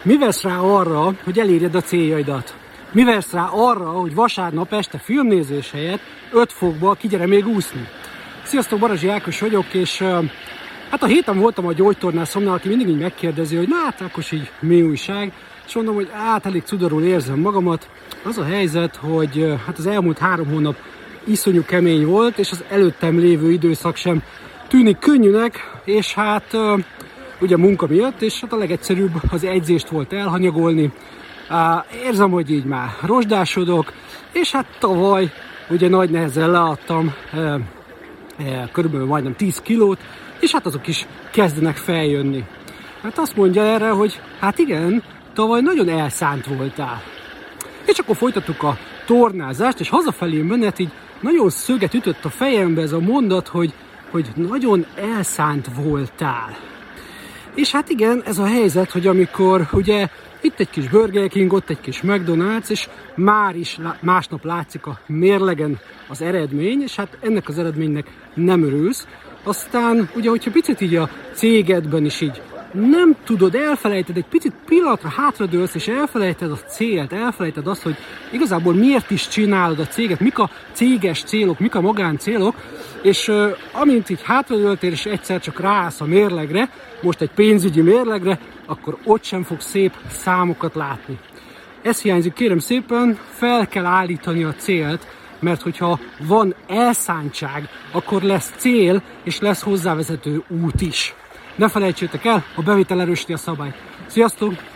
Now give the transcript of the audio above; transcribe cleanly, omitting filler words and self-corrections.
Mi vesz rá arra, hogy elérjed a céljaidat? Mi vesz rá arra, hogy vasárnap este filmnézés helyett 5 fokba kigyere még úszni? Sziasztok, Barazsi Ákos vagyok, és hát a héten voltam a gyógytornászomnál, aki mindig így megkérdezi, hogy na hát Ákos, így mi újság? És mondom, hogy elég cudarul érzem magamat. Az a helyzet, hogy hát az elmúlt 3 hónap iszonyú kemény volt, és az előttem lévő időszak sem tűnik könnyűnek, és hát ugye munka miatt, és hát a legegyszerűbb az edzést volt elhanyagolni. Érzem, hogy így már rozsdásodok, és hát tavaly ugye nagy nehezen leadtam körülbelül majdnem 10 kilót, és hát azok is kezdenek feljönni. Hát azt mondja erre, hogy hát igen, tavaly nagyon elszánt voltál. És akkor folytattuk a tornázást, és hazafelé menet így nagyon szöget ütött a fejembe ez a mondat, hogy nagyon elszánt voltál. És hát igen, ez a helyzet, hogy amikor ugye itt egy kis Burger King, ott egy kis McDonald's, és már is másnap látszik a mérlegen az eredmény, és hát ennek az eredménynek nem örülsz. Aztán ugye, hogyha picit így a cégedben is így nem tudod, elfelejted, egy picit pillanatra hátradőlsz, és elfelejted a célt, elfelejted azt, hogy igazából miért is csinálod a céget, mik a céges célok, mik a magáncélok, és amint így hátradőltél, és egyszer csak ráállsz a mérlegre, most egy pénzügyi mérlegre, akkor ott sem fogsz szép számokat látni. Ez hiányzik, kérem szépen, fel kell állítani a célt, mert hogyha van elszántság, akkor lesz cél, és lesz hozzávezető út is. Ne felejtsétek el, a bevétel erősíti a szabályt. Sziasztok!